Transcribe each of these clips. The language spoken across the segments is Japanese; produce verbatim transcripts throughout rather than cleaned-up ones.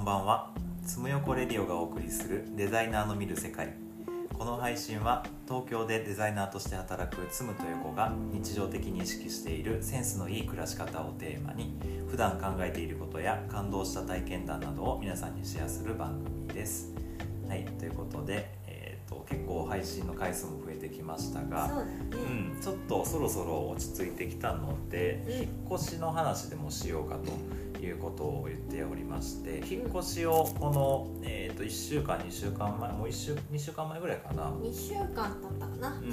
ばんは。つむよこレディオがお送りするデザイナーの見る世界。この配信は東京でデザイナーとして働くつむとよこが日常的に意識しているセンスのいい暮らし方をテーマに、普段考えていることや感動した体験談などを皆さんにシェアする番組です。はい、ということで、えーと、結構配信の回数も増えてきましたが、 そうだね、 うん、ちょっとそろそろ落ち着いてきたので、うん、引っ越しの話でもしようかということを言っておりまして、引っ越しをこの、えー、といっしゅうかんにしゅうかんまえ、もういっしゅうにしゅうかんまえぐらいかな、 にしゅうかん経ったかな、 うん、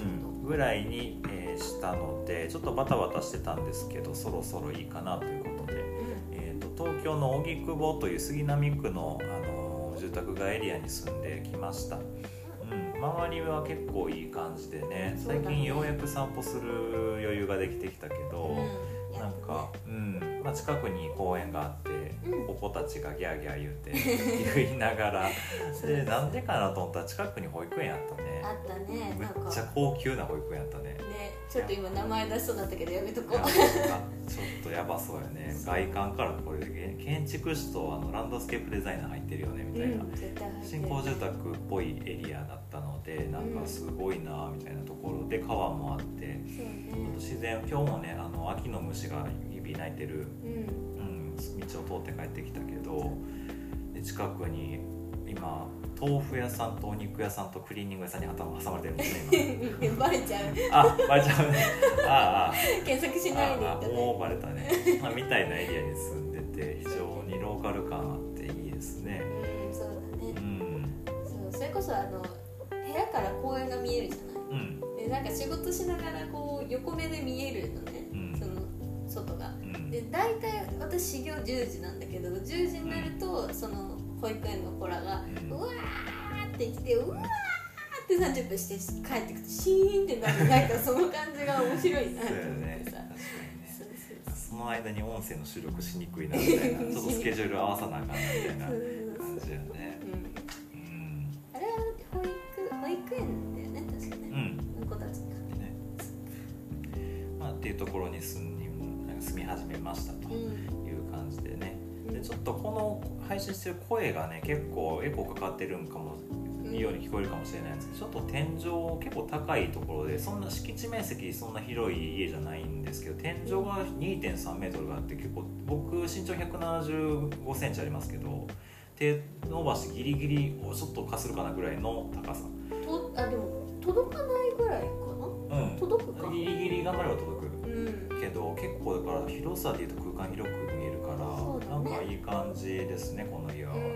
ぐらいに、えー、したので、ちょっとバタバタしてたんですけど、そろそろいいかなということで、うんえー、と東京の荻窪という杉並区の、あのー、住宅街エリアに住んできました。周りは結構いい感じでね、最近ようやく散歩する余裕ができてきたけど、うん、なんか、うんまあ、近くに公園があって、うん、お子たちがギャーギャー言うて言いながらで、なんでかなと思ったら近くに保育園あったね。 あったね。 めっちゃ高級な保育園あったね。 ね、ちょっと今名前出しそうだったけどやめとこう。 ちょっとやばそうやね。外観からこれ建築士とあのランドスケープデザイナー入ってるよねみたいな、うん、新興住宅っぽいエリアだったので、なんかすごいなみたいなところで、川もあって、うん、自然、今日もね、あの秋の虫が日々鳴いてる、うんうん、道を通って帰ってきたけど、で近くに今豆腐屋さんとお肉屋さんとクリーニング屋さんに頭挟まれてるんですね今バレちゃう。 あ、バレちゃうね。ああ検索しないでいいとね。 もうバレたね、まあ、みたいなエリアに住んでて、非常にローカル感あっていいですね。 うん、そうだね、 うん、 そうそれこそあの部屋から公園が見えるじゃない、うん、でなんか仕事しながらこう横目で見えるのね、うん、その外が、うん、で大体私始業じゅうじなんだけど、じゅうじになると、うん、その保育園の子らが、うん、うわーって来て、うわーってさんじゅっぷんして帰ってくるとシーンってなる、なんかその感じが面白いなと思ってさ。 その間に音声の収録しにくいなみたいなちょっとスケジュール合わさなあかんなみたいな感じやね。うんうん、 あれは保育保育園だよね、確かね、うん、の子たちが、ね、 まあ、っていうところに住んなんか住み始めましたという感じでね、うん、でちょっとこの配信してる声がね、結構エコーかかってるんかもいいように聞こえるかもしれないんですけど、ちょっと天井結構高いところで、そんな敷地面積そんな広い家じゃないんですけど、天井が にてんさんメートルがあって、結構僕身長ひゃくななじゅうごセンチありますけど、手伸ばしてギリギリちょっとかするかなぐらいの高さと、あでも届かないぐらいかな、うん、届くか、 ギリギリ頑張れば届く、うん、けど結構だから広さでいうと空間広く見えるから、ね、なんかいい感じですね、この家は、うん、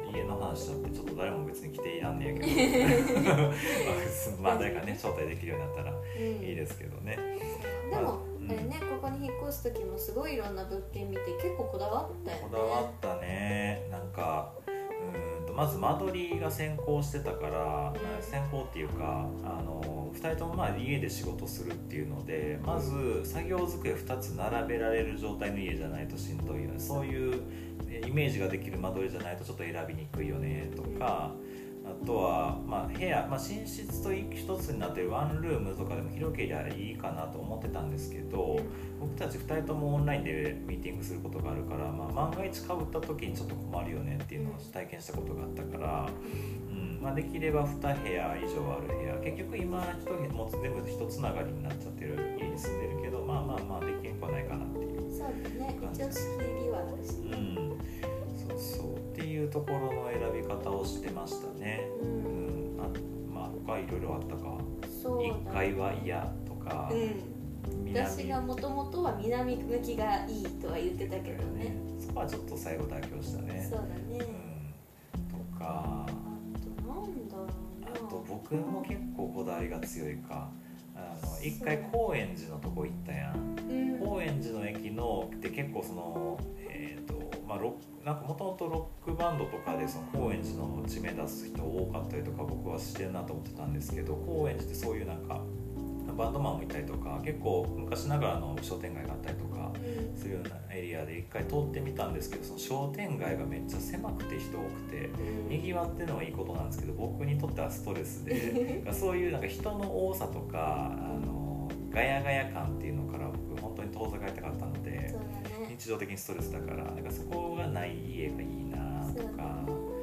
家の話だってちょっと誰も別に来ていらんねやけどまあ誰かね招待できるようになったらいいですけどね、 うん、でも、まあ、あれね、ここに引っ越す時もすごいいろんな物件見て結構こだわったよね。 こだわったね。なんかうんとまず間取りが先行してたから、うん、先行っていうか、あのふたりともまあ家で仕事するっていうので、まず作業机ふたつ並べられる状態の家じゃないとしんどいよね。そういうイメージができる間取りじゃないとちょっと選びにくいよねとか、あとは、まあ、部屋、まあ、寝室と一つになってるワンルームとかでも広ければいいかなと思ってたんですけど、僕たちふたりともオンラインでミーティングすることがあるから、まあ、万が一被った時にちょっと困るよねっていうのを体験したことがあったから、うんまあ、できればに部屋以上ある部屋、結局今一部屋も全部一つながりになっちゃってる家に住んでるけど、まあまあまあできんくはないかなっていう。 そうだね、一応仕切りはあるしね、 うん、そうそうっていうところの選び方をしてましたね、うんうん、あまあ他いろいろあったか。そうだね、いっかいは嫌とか、 うん、私がもともとは南向きがいいとは言ってたけどね、ね、 そこはちょっと最後妥協したね。 そうだね、 うん、とか、あとなんだろうな、 あと僕も結構こだわりが強いか、あの一回高円寺のとこ行ったやん、うん、高円寺の駅のって結構そのえっ、ー、とまあロなんかもともとロックバンドとかでその高円寺の地名出す人多かったりとか僕はしてるなと思ってたんですけど、高円寺ってそういうなんかバンドマンもいたりとか、結構昔ながらの商店街があったりとかするようなエリアで一回通ってみたんですけど、その商店街がめっちゃ狭くて人多くてにぎわってるのはいいことなんですけど、僕にとってはストレスでそういうなんか人の多さとか、あのガヤガヤ感っていうのから僕本当に遠ざかりたかったので、 日常的にストレスだから、なんかそこがない家がいいなとか。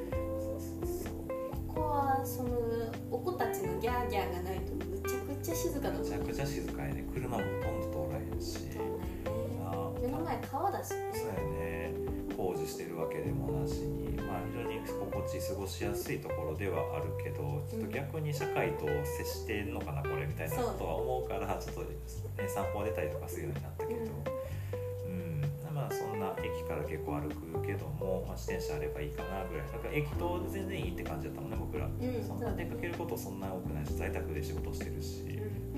ここはそのお子たちのギャーギャーがないとむちゃくちゃ静かだもんね。 めちゃくちゃ静かやね。車もほとんど通らへんし、 目の前川だしね。 そうやね。工事してるわけでもなしに、まあ、非常に心地過ごしやすいところではあるけど、ちょっと逆に社会と接してんのかなこれみたいなことは思うから、ちょっと、ね、散歩出たりとかするようになったけど、うん、うん、まあそんな駅から結構歩くけども、まあ、自転車あればいいかなぐらいだから駅と全然いいって感じだったもんね僕ら、うん、そんな出かけることそんな多くないし在宅で仕事してるし、うん、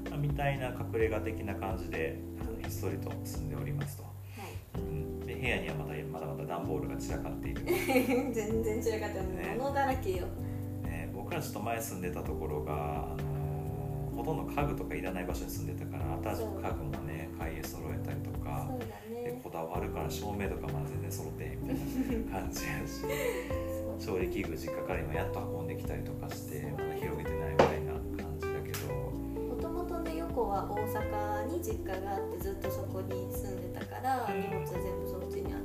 まあ、みたいな隠れ家的な感じでひっそりと住んでおりますと。部屋にはまだまだまだ段ボールが散らかっている全然散らかってる、ね、物だらけよ、 ね、僕らちょっと前住んでたところが、あのー、ほとんど家具とかいらない場所に住んでたから新しく家具もね買い揃えたりとか、 そうだ、ね、 でこだわるから照明とかまだ全然揃ってへんみたいな感じやし調理器具実家から今やっと運んできたりとかしてまだ広げてないみたいな感じだけど、 もともとね横は大阪に実家があってずっとそこに住んでたから、うん、荷物は全部そっちにあって、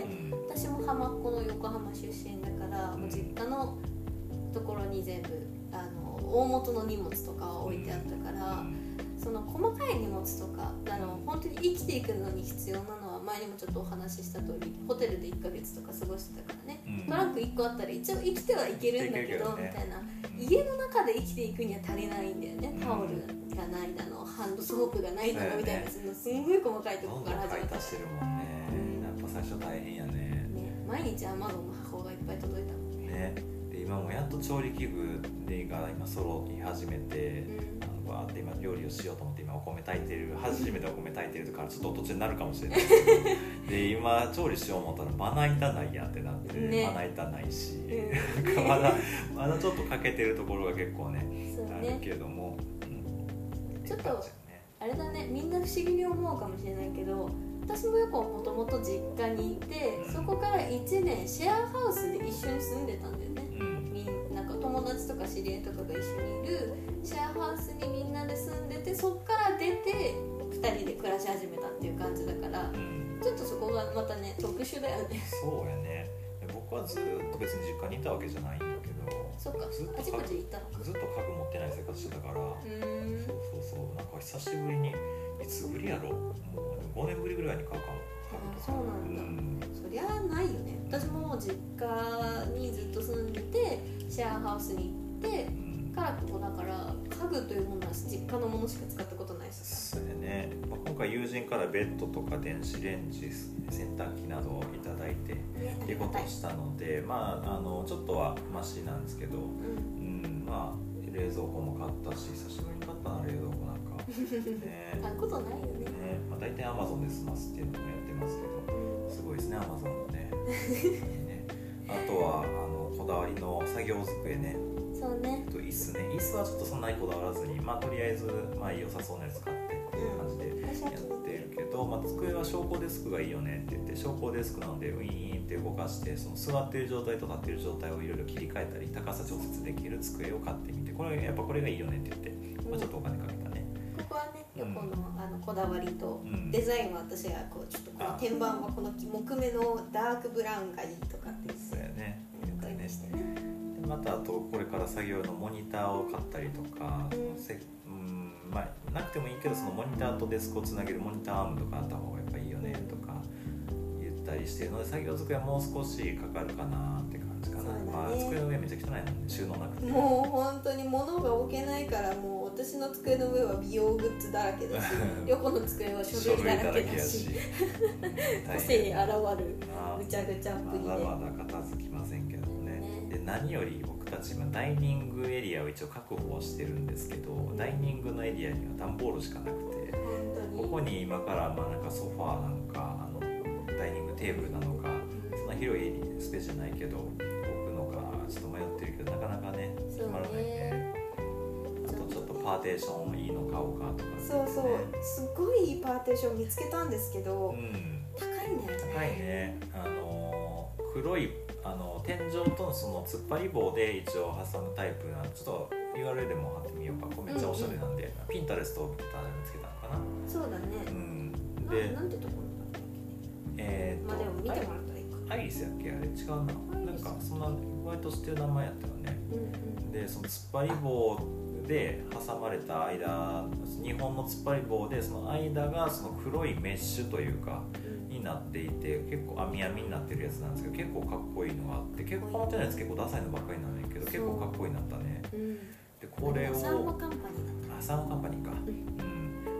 うん、私も浜っ子の横浜出身だから、うん、もう実家のところに全部あの大元の荷物とかは置いてあったから、うん、その細かい荷物とかあの本当に生きていくのに必要なのは前にもちょっとお話しした通りホテルでいっかげつとか過ごしてたからね、うん、トランクいっこあったら一応生きてはいけるんだけど、ね、みたいな家の中で生きていくには足りないんだよね、うん、タオルがないだのハンドソープがないだのみたいな、ね、すんごい細かいところから始まった。どんどん買い足してるもんね、うん、やっぱ最初大変や ね, ね毎日アマゾンの箱がいっぱい届いたもんね。 ねで今もやっと調理器具が今揃い始めて、うん、あのバーって今料理をしようと思って今お米炊いてる初めてお米炊いてるからちょっと途中になるかもしれないですけどで今調理しよう思ったらまな板ないやってなって、ね、まな板ないし、うん、まだまだちょっと欠けてるところが結構 ね, ねあるけども、 うん、ちょっとあれだねみんな不思議に思うかもしれないけど私もよくもともと実家にいて、うん、そこからいちねんシェアハウスで一緒に住んでたんだよね、うん、みんなんか友達とか知り合いとかが一緒にいるシェアハウスにみんなで住んでてそっから出てふたりで暮らし始めたっていう感じだから、うん、ちょっとそこがまたね特殊だよね。 そうやね僕はずっと別に実家にいたわけじゃないんだけどそっかずっとあちこち行ったのかずっと家具持ってない生活してたからうーんそうそうそうなんか久しぶりにいつぶりやろもうごねんぶりぐらいに買うかも。 あそうなんだ、うん、そりゃないよね。私も実家にずっと住んでてシェアハウスに行って、うん、からここだから家具というものは実家のものしか使ったことないしさ。 そうやね、まあ、今回友人からベッドとか電子レンジ洗濯機などをいただいてっていうことをしたので、まあ、あのちょっとはマシなんですけど、うんうん、まあ冷蔵庫も買ったし久しぶりに買ったな冷蔵庫なんかね、買うことないよね。 ね、まあ、大体 Amazon で済ますっていうのもやってますけど、すごいですね Amazon も ね, ねあとはあのこだわりの作業机ね。 そうね。 と椅子ね。椅子はちょっとそんなにこだわらずに、まあとりあえずまあ良さそうなやつ買ってっていう感じでやってるけど、まあ机は昇降デスクがいいよねって言って昇降デスクなのでウィーンって動かしてその座ってる状態と立ってる状態をいろいろ切り替えたり高さ調節できる机を買ってみて、これやっぱこれがいいよねって言って、まあ、ちょっとお金かけたね。 ここはね横の、うん、あのこだわりと、うん、デザインは私がこうちょっとこの天板はこの木目のダークブラウンがいいとかってそうやね言ったりねしてね。でまたあとこれから作業のモニターを買ったりとか、うんうんまあ、なくてもいいけどそのモニターとデスクをつなげるモニターアームとかあった方がやっぱいいよねとか言ったりしているので作業机はもう少しかかるかなって感じかな、ねまあ、机の上めちゃ汚いもんね収納なくてもう本当に物が置けないからもう私の机の上は美容グッズだらけだし横の机は書類だらけだし個性に現るぐちゃぐちゃっぷりでまだまだ片付きませんけどね、ねで何より僕たち今ダイニングエリアを一応確保してるんですけどダイニングのエリアには段ボールしかなくてここに今からまあなんかソファーなのかあのダイニングテーブルなのかそんな広いスペースじゃないけど置くのかちょっと迷ってるけどなかなかね決まらないんであとちょっとパーテーションいいの買おうかとか、ね、 そうそうすごいいいパーテーション見つけたんですけど、うん、高いんだよね高いねあの黒いあの天井とその突っ張り棒で一応挟むタイプなちょっと ユーアールエル でも貼ってみようかこれめっちゃおしゃれなんで、うんうん、ピンタレストを見てたら見つけたのかなそうだね、 うん、 でななんてところだっけリスやっけ、あれ違うな、なんかそんな割と知ってる名前やったよね、うんうん、でその突っ張り棒で挟まれた間、日本の突っ張り棒でその間がその黒いメッシュというか、うん、になっていて、結構網網になってるやつなんですけど、結構かっこいいのがあって、結構この手のやつ結構ダサいのばっかりなんだけど結構かっこいいなったね、うん、でこれをサーモカンパニーだったあサーモカンパニーか、うん、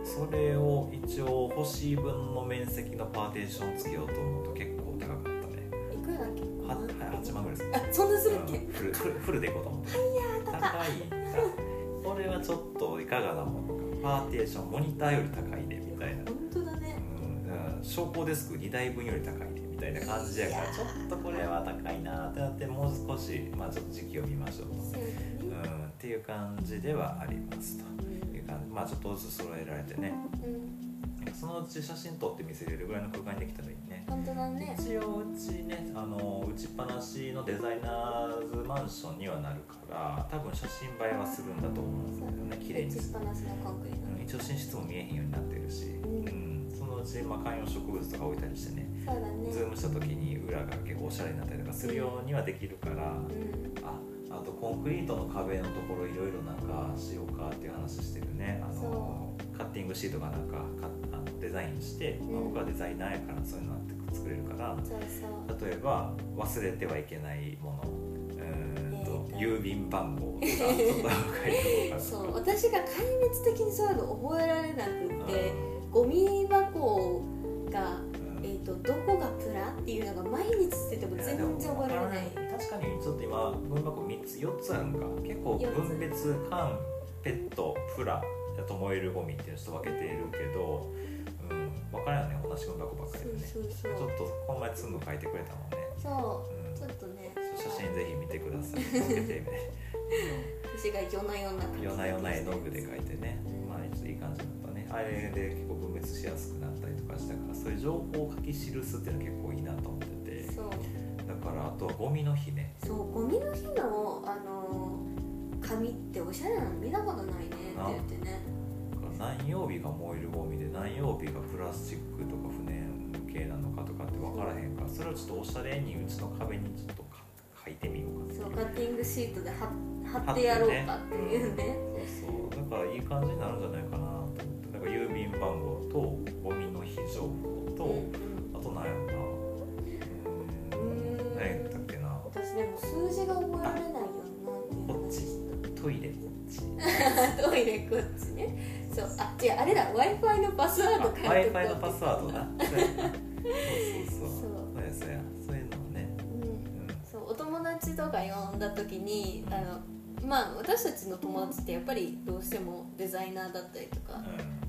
それを一応欲しい分の面積のパーテーションつけようと思うと結構高かったね。 いくらだっけ？ ははちまんぐらいする。 あ、そんなするっけ？ フル、フル、フルでいこうと思って。 いやー高いんだ。これはちょっといかがなものか。パーテーションモニターより高いねみたいな。 本当だね。 うん、だから昇降デスクにだいぶんより高いねみたいな感じやから、ちょっとこれは高いなってなって、もう少しまあちょっと時期を見ましょうと。 そうだね。 うん、っていう感じではありますと。いう感じ、まあちょっとずつ揃えられてね。うん。そのうち写真撮って見せれるぐらいの空間にできたらいいね。 本当だね。 一応うちね、あの打ちっぱなしのデザイナーズマンションにはなるから、多分写真映えはするんだと思うんだけどね、綺麗に。 打ちっぱなしのコンクリート、 うん、一応寝室も見えへんようになってるし、うんうん、そのうち、まあ、観葉植物とか置いたりしてね、 そうだね、 ズームした時に裏が結構おしゃれになったりとかするようにはできるから、うん、ああとコンクリートの壁のところいろいろなんかしようかっていう話してるね。あのカッティングシートがなんかあのデザインして、うん、まあ、僕はデザイナーやからそういうのって作れるから、 そうそう、 例えば忘れてはいけないもの、うーんと、えー、郵便番号とかちょっと書いておこうかな。 そう、私が壊滅的にそういうの覚えられなくって、ゴミ箱が、えー、とどこがプラっていうのが毎日捨てても全然覚えられない。 確かにちょっと今ゴミ箱みっつよっつあるんか。結構分別、缶、ペット、プラと燃えるゴミっていうのをちょっと分けているけど、うん、分からんよね、同じゴミ箱ばっかりでね。 そうそうそう、 ちょっとこの前ツム書いてくれたもんね。 そう、うん、ちょっとね、 写真ぜひ見てください。分けてみて私が夜な夜な夜な夜な絵の具で描いてね、うん、まあいい感じだったね。あれで結構分別しやすくなったりとかしたから、そういう情報を書き記すっていうのは結構いいなと思ってて。そうだから、あとはゴミの日ね。 そう、ゴミの日のあの紙っておしゃれなの見たことないねって言ってね。 何曜日が燃えるゴミで何曜日がプラスチックとか不燃系なのかとかって分からへんから、それをちょっとおしゃれにうちの壁にちょっと書いてみようか。 そう、カッティングシートで貼ってやろうかっていうね、 うん、そうそう、だからいい感じになるんじゃないかなと思って。だから郵便番号とゴミの日情報と、うん、あと何やろな、うーん、何やったっけな。 私でも数字が覚えられないよなっていう話した。 トイレこっちトイレこっちね。そう、あ、違う、あれだ、Wi-Fi のパスワード変えとこう。 Wi-Fi のパスワードだ。そうそうそう。そうやそうや、そういうのもね。うん。うん、 そう、お友達とか呼んだ時に、あの、まあ私たちの友達ってやっぱりどうしてもデザイナーだったりとか、うん、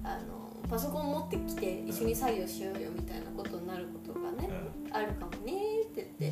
あのパソコン持ってきて一緒に作業しようよみたいなことになることがね、うん、あるかもねって言って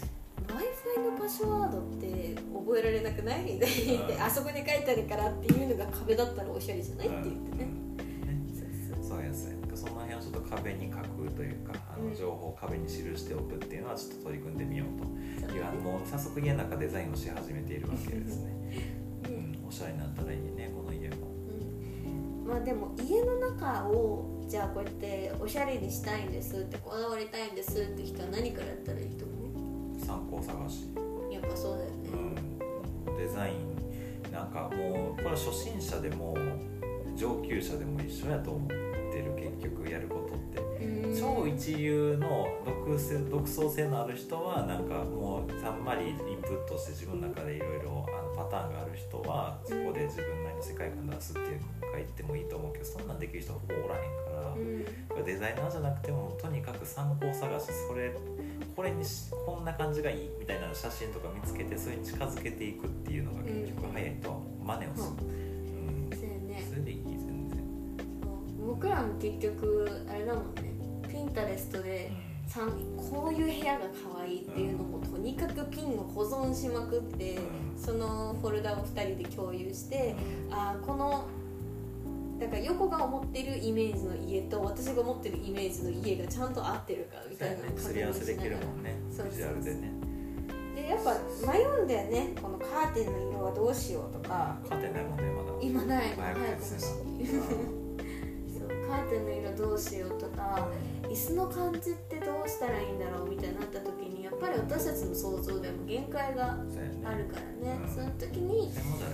。Wi-Fi のパスワードって覚えられなくないって言って、うん、あそこに書いてあるからっていうのが壁だったらおしゃれじゃないって言ってね、 うん、そうやそうや、その辺をちょっと壁に書くというか、あの情報を壁に記しておくっていうのはちょっと取り組んでみようという、あの早速家の中デザインをし始めているわけですね、うん、おしゃれになったらいいね、この家も、 うん、まあでも家の中をじゃあこうやっておしゃれにしたいんですって、こだわりたいんですって人は何からやったらいいと思う？ 参考探し。 やっぱそうだよね、 うん、デザインなんかもうこれは初心者でも上級者でも一緒やと思ってる。結局やることって超一流の独性独創性のある人はなんかもうたんまりインプットして自分の中でいろいろパターンがある人はそこで自分なりの世界観出すっていうのが言ってもいいと思うけど、そんなんできる人はほぼおらへんから、うん、デザイナーじゃなくてもとにかく参考探し、それこれにしこんな感じがいいみたいな写真とか見つけてそれに近づけていくっていうのが結局早いとは真似をする、うんうん、そうやね、それでいい、全然。 そう僕らも結局あれだもんね、ピンタレストで、うん、こういう部屋が可愛いっていうのもとにかくピンを保存しまくって、うん、そのフォルダをふたりで共有して、うん、あこのだから横が思ってるイメージの家と私が持ってるイメージの家がちゃんと合ってるかみたいなのをすり合わせできるもんね、ビジュアルでね。 でやっぱ迷うんだよね、このカーテンの色はどうしようとか。 カーテンないもんね、まだ。 今ないの、早く欲しいそう、カーテンの色どうしようとか、椅子の感じってどうしたらいいんだろうみたいになった時にやっぱり私たちの想像でも限界があるからね、その時に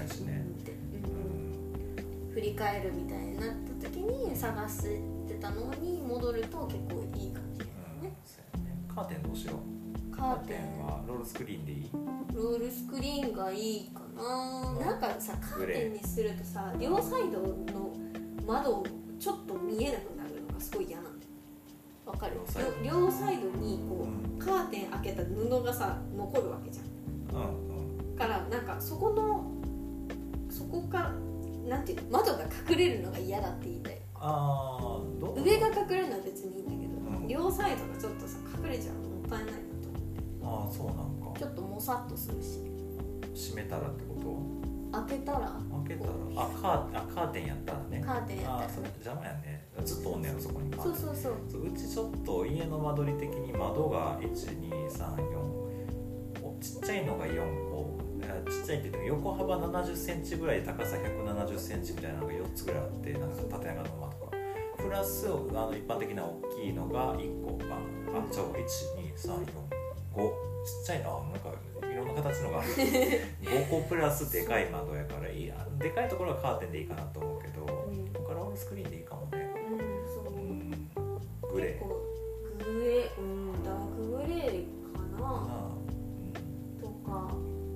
振り返るみたいになった時に探してたのに戻ると結構いい感じだよね、 うんね、カーテンどうしよう。 カーテンはロールスクリーンでいい？ ロールスクリーンがいいかな、うん、なんかさカーテンにするとさ両サイドの窓をちょっと見えなくなるのがすごい嫌なんだよ。わかる？両サイドにこう、うん、カーテン開けた布がさ残るわけじゃん、うんうん、からなんかそこのそこからなんていうの窓が隠れるのが嫌だって言いたい。 あどう上が隠れるのは別にいいんだけど、うん、両サイドがちょっとさ隠れちゃうのもったいないなと思って。 ああそうなんか。 ちょっともさっとするし。 閉めたらってこと？ 開けたら？ 開けたらあカーあカーテンやったらね。 カーテンやったら。 あそれ邪魔やね。ずっとおんねやろそこにカーテン。そうそうそう。 うちちょっと家の間取り的に窓がいちにさんよんちっちゃいのがよんこ。ちっちゃいって言っても横幅ななじゅっセンチぐらい高さひゃくななじゅっセンチみたいなのがよっつぐらいあってなんか縦長の間とかプラスあの一般的な大きいのがいっこがあちょいちにさんよんごちっちゃいななんかいろんな形のがあるごこプラスでかい窓やからいいやでかいところはカーテンでいいかなと思うけど、うん、他ロールスクリーンでいいかもね、 うんそう、うん、 グレーグレー、うん、ダークグレーかな、うん、とか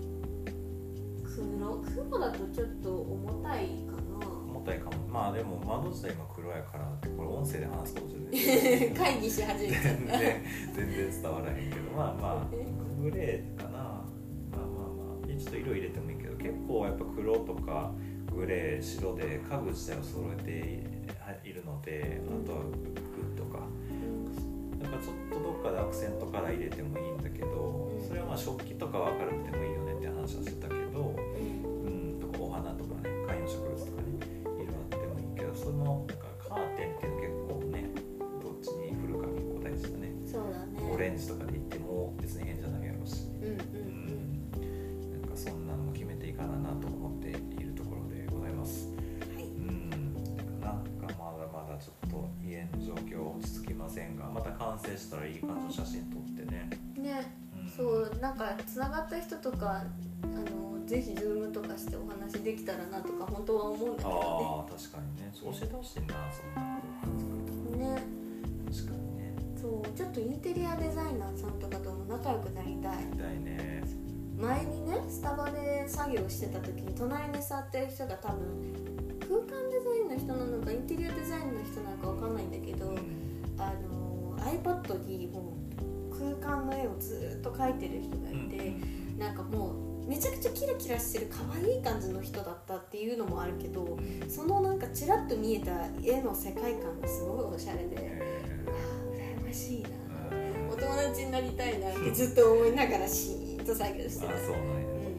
黒黒だとちょっと重たいかな。 重たいかも。まあでも窓自体今黒やからってこれ音声で話すことじゃない会議し始めちゃった全然全然伝わらへんけどまあまあグレーかな。まあまあまあちょっと色入れてもいいけど結構やっぱ黒とかグレー白で家具自体を揃えているのであとはグッとかなんかちょっとどっかでアクセントカラー入れてもいいんだけどそれはまあ食器とかは明るくてもいいよねって話はしてたけどうん、とかお花とかね観葉植物とかね色あってもいいけどそのなんかカーテンっていうの結構ねどっちに振るか結構大事だね。 そうだね。 オレンジとかで言っても別に変じゃないやろうし、うんうんうん、なんかそんなのも決めていかななと思っているところでございます。はい。うんなんかまだまだちょっと家の状況落ち着きませんがまた完成したらいい感じの写真撮ってね。 ね。そうなんかつながった人とかあのぜひズームとかしてお話できたらなとか本当は思うんだけどね。ああ確かにねそう教えてほしいなそんな作るとかね。確かにね。 そうちょっとインテリアデザイナーさんとかとも仲良くなりたい。 なりたいね。 前にねスタバで作業してた時に隣に座ってる人が多分空間デザインの人なのかインテリアデザインの人なのかわかんないんだけど、うん、あの iPad にもう空間の絵をずっと描いてる人がいて、うん、なんかもうめちゃくちゃキラキラしてる可愛い感じの人だったっていうのもあるけどそのなんかチラッと見えた絵の世界観がすごいおしゃれであ羨ましいなお友達になりたいなってずっと思いながらシーンと作業してる。 あそうなんや、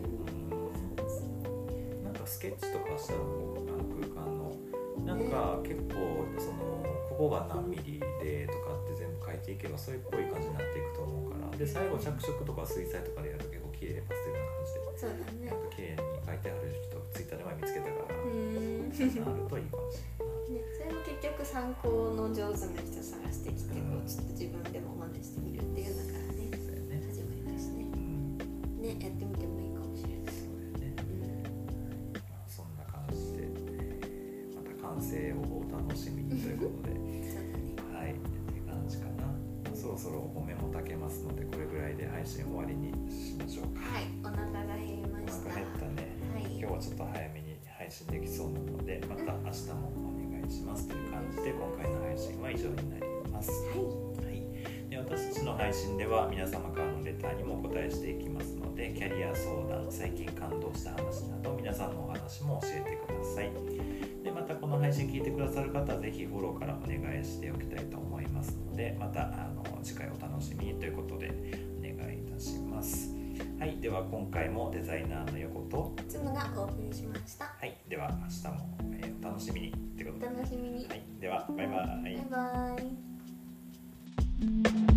うん、なんかスケッチとかしたらこうあの空間のなんか結構そのここが何ミリでとかって全部書いていけばそれっぽい感じになっていくと思うからで最後着色とか水彩とかでやると結構綺麗パステルな感じでそうだねなんか綺麗に書いてある人ツイッターで前見つけたからうんなるといいかもしれない、ね、 それも結局参考の上手な人探してきて、うん、こうちょっと自分でも真似してみるっていうのからね、ね始まりますね、うん、ねやってみてもいいかもしれないそうだよね、 うんまあ、そんな感じで、えー、また完成をお楽しみにということでそうだねはいって感じかなそろそろお米も炊けますのでこれぐらいで配信終わりにしましょうか。 はいお腹が減りました。 お腹減ったね、はい、今日はちょっと早めに配信できそうなのでまた明日もお願いしますという感じで今回の配信は以上になります。はい、はい、で私たちの配信では皆様からのレターにもお答えしていきますのでキャリア相談最近感動した話など皆さんのお話も教えてください。でまたこの配信聞いてくださる方はぜひフォローからお願いしておきたいと思いますのでまたあの次回お楽しみにということでお願いいたします。はい、では今回もデザイナーの横とつむがお送りしました。 はい、では明日も、えー、お楽しみにということで、 お楽しみに。 はい、ではバイバイ。 バイバイ。